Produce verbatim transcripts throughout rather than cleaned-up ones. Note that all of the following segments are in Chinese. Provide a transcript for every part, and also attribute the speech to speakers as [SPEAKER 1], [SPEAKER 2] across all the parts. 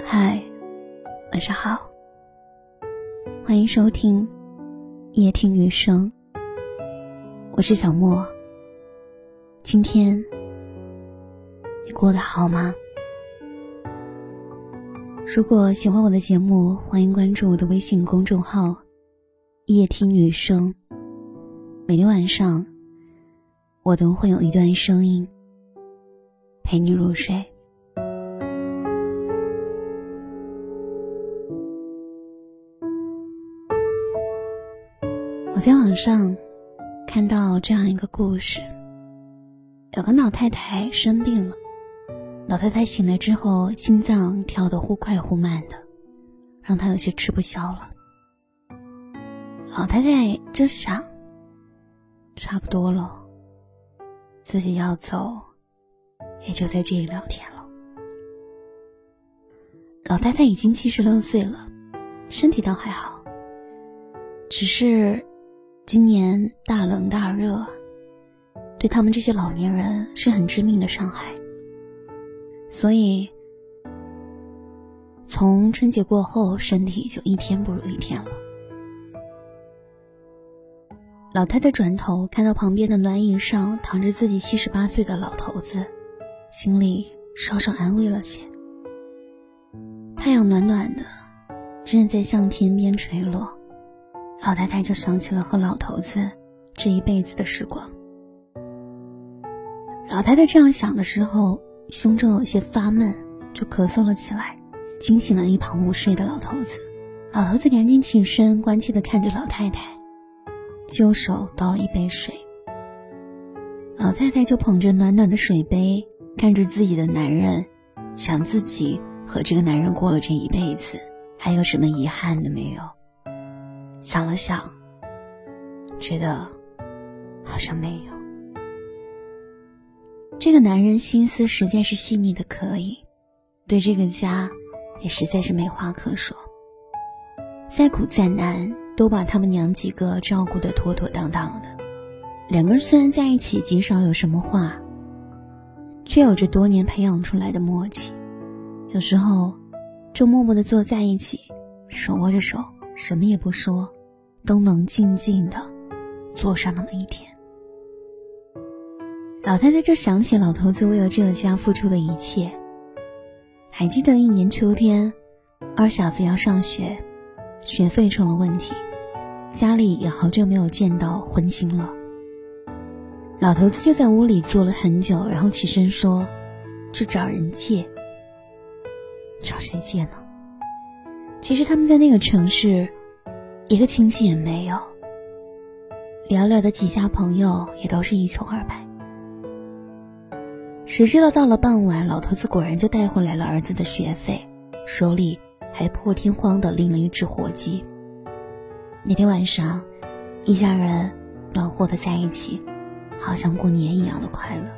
[SPEAKER 1] 嗨，晚上好，欢迎收听夜听女生，我是小莫。今天你过得好吗？如果喜欢我的节目，欢迎关注我的微信公众号夜听女生，每天晚上我都会有一段声音陪你入睡。我在网上看到这样一个故事，有个老太太生病了，老太太醒来之后心脏跳得忽快忽慢的，让她有些吃不消了。老太太就想，差不多了，自己要走也就在这一两天了。老太太已经七十六岁了，身体倒还好，只是今年大冷大热，对他们这些老年人是很致命的伤害。所以从春节过后，身体就一天不如一天了。老太太转头看到旁边的暖椅上躺着自己七十八岁的老头子，心里稍稍安慰了些。太阳暖暖的，正在向天边垂落，老太太就想起了和老头子这一辈子的时光。老太太这样想的时候，胸中有些发闷，就咳嗽了起来，惊醒了一旁午睡的老头子。老头子赶紧起身，关切地看着老太太，就手倒了一杯水。老太太就捧着暖暖的水杯，看着自己的男人，想自己和这个男人过了这一辈子，还有什么遗憾的没有？想了想，觉得好像没有。这个男人心思实在是细腻的可以，对这个家也实在是没话可说。再苦再难，都把他们娘几个照顾得妥妥当当的。两个人虽然在一起极少有什么话，却有着多年培养出来的默契。有时候就默默地坐在一起，手握着手，什么也不说，都能静静地坐上那么一天。老太太就想起老头子为了这个家付出的一切。还记得一年秋天，二小子要上学，学费成了问题，家里也好久没有见到荤腥了。老头子就在屋里坐了很久，然后起身说，去找人借。找谁借呢？其实他们在那个城市一个亲戚也没有，寥寥的几家朋友也都是一穷二白。谁知道到了傍晚，老头子果然就带回来了儿子的学费，手里还破天荒地拎了一只火鸡。那天晚上，一家人暖和地在一起，好像过年一样的快乐。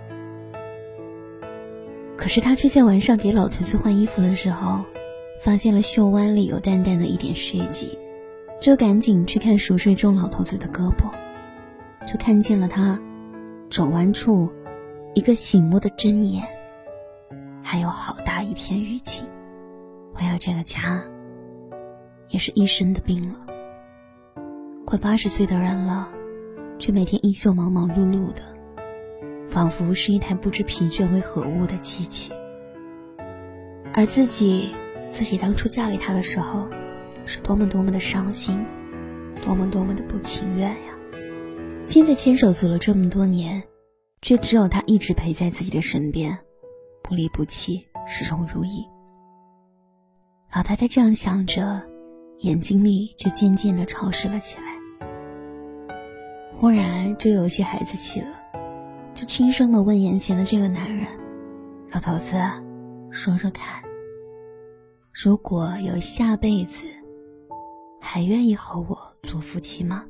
[SPEAKER 1] 可是他却在晚上给老头子换衣服的时候，发现了袖弯里有淡淡的一点血迹，就赶紧去看熟睡中老头子的胳膊，就看见了他肘弯处一个醒目的针眼，还有好大一片淤青。为了这个家，也是一身的病了。快八十岁的人了，却每天依旧忙忙碌碌的，仿佛是一台不知疲倦为何物的机器。而自己自己当初嫁给他的时候，是多么多么的伤心，多么多么的不情愿呀。现在牵手走了这么多年，却只有他一直陪在自己的身边，不离不弃，始终如一。老太太这样想着，眼睛里就渐渐地潮湿了起来。忽然就有些孩子气了，就轻声地问眼前的这个男人，老头子，说说看，如果有下辈子，还愿意和我做夫妻吗？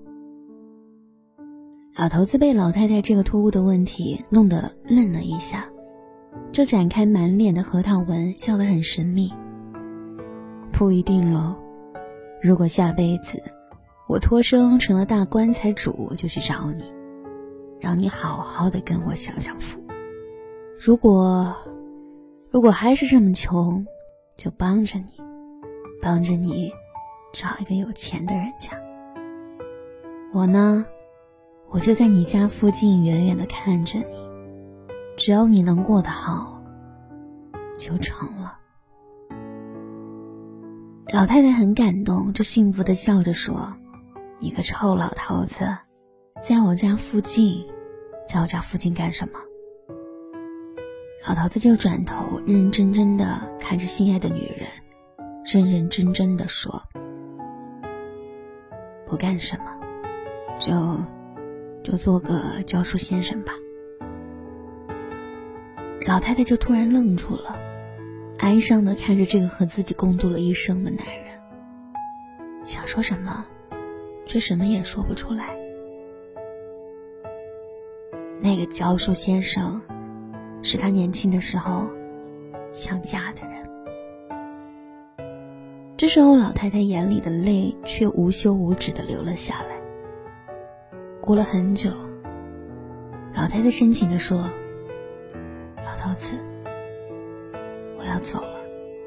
[SPEAKER 1] 老头子被老太太这个突兀的问题弄得愣了一下，就展开满脸的核桃纹，笑得很神秘。不一定咯，如果下辈子我脱生成了大棺材主，我就去找你，让你好好的跟我享享福。如果如果还是这么穷， 就帮着你，帮着你找一个有钱的人家。我呢，我就在你家附近远远地看着你，只要你能过得好，就成了。老太太很感动，就幸福地笑着说，你个臭老头子，在我家附近，在我家附近干什么？老头子就转头认认真真地看着心爱的女人，认认真真地说，不干什么，就就做个教书先生吧。老太太就突然愣住了，哀伤地看着这个和自己共度了一生的男人，想说什么却什么也说不出来。那个教书先生是她年轻的时候想嫁的人。这时候老太太眼里的泪却无休无止地流了下来。过了很久，老太太深情地说，老头子，我要走了，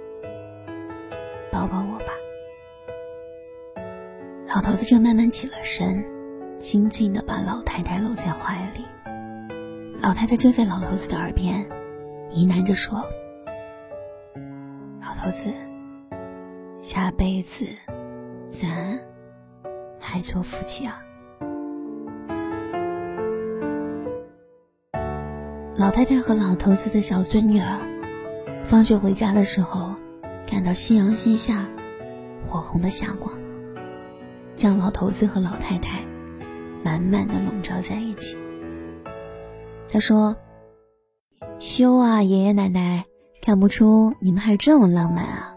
[SPEAKER 1] 抱抱我吧。老头子就慢慢起了身，轻轻地把老太太搂在怀里。老太太就在老头子的耳边呢喃着说，老头子，下辈子咱还做夫妻啊。老太太和老头子的小孙女儿放学回家的时候，看到夕阳西下，火红的霞光将老头子和老太太满满的笼罩在一起。他说，羞啊，爷爷奶奶，看不出你们还是这么浪漫啊。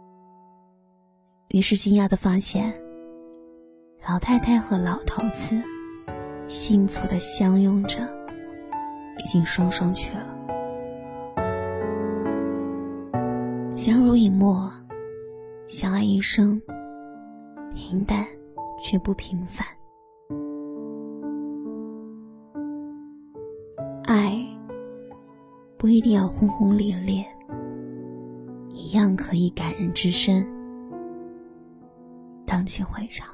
[SPEAKER 1] 于是惊讶地发现，老太太和老头子幸福地相拥着，已经双双去了。相濡以沫，相爱一生，平淡却不平凡。爱不一定要轰轰烈烈，一样可以感人至深，荡气回肠。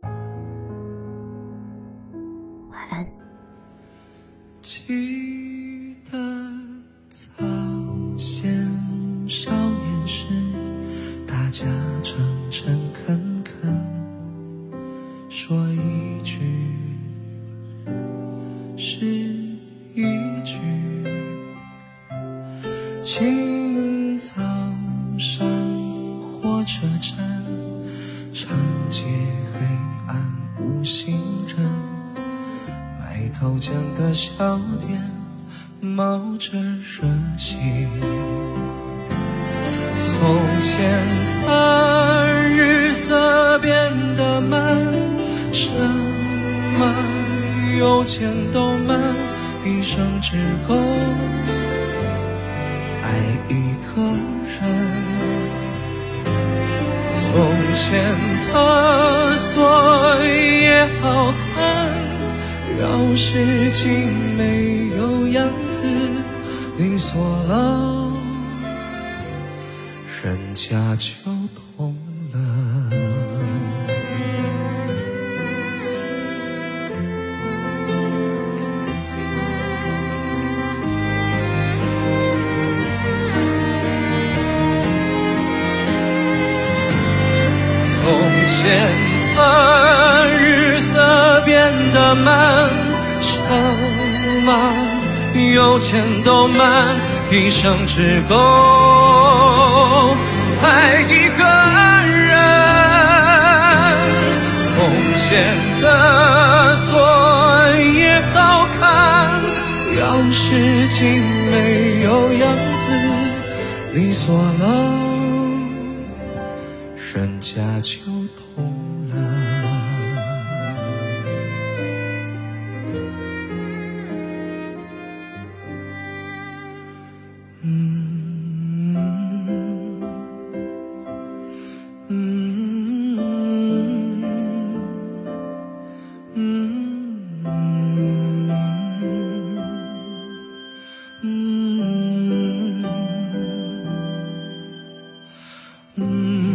[SPEAKER 1] 晚安。
[SPEAKER 2] 记得早先少年时，大家诚诚恳恳，说一句是一句。清早上火车站，长街黑暗无行人，卖豆浆的小店冒着热气。从前的日色变得慢，什么有钱都慢，一生只够爱一个人。从前的锁也好看，钥匙竟没有样子，你锁了，人家就懂了。从前的日色变得慢，什么有钱都慢，一生只够爱一个人。从前的锁也好看，钥匙竟没有样子，你锁了，人家就懂了。 嗯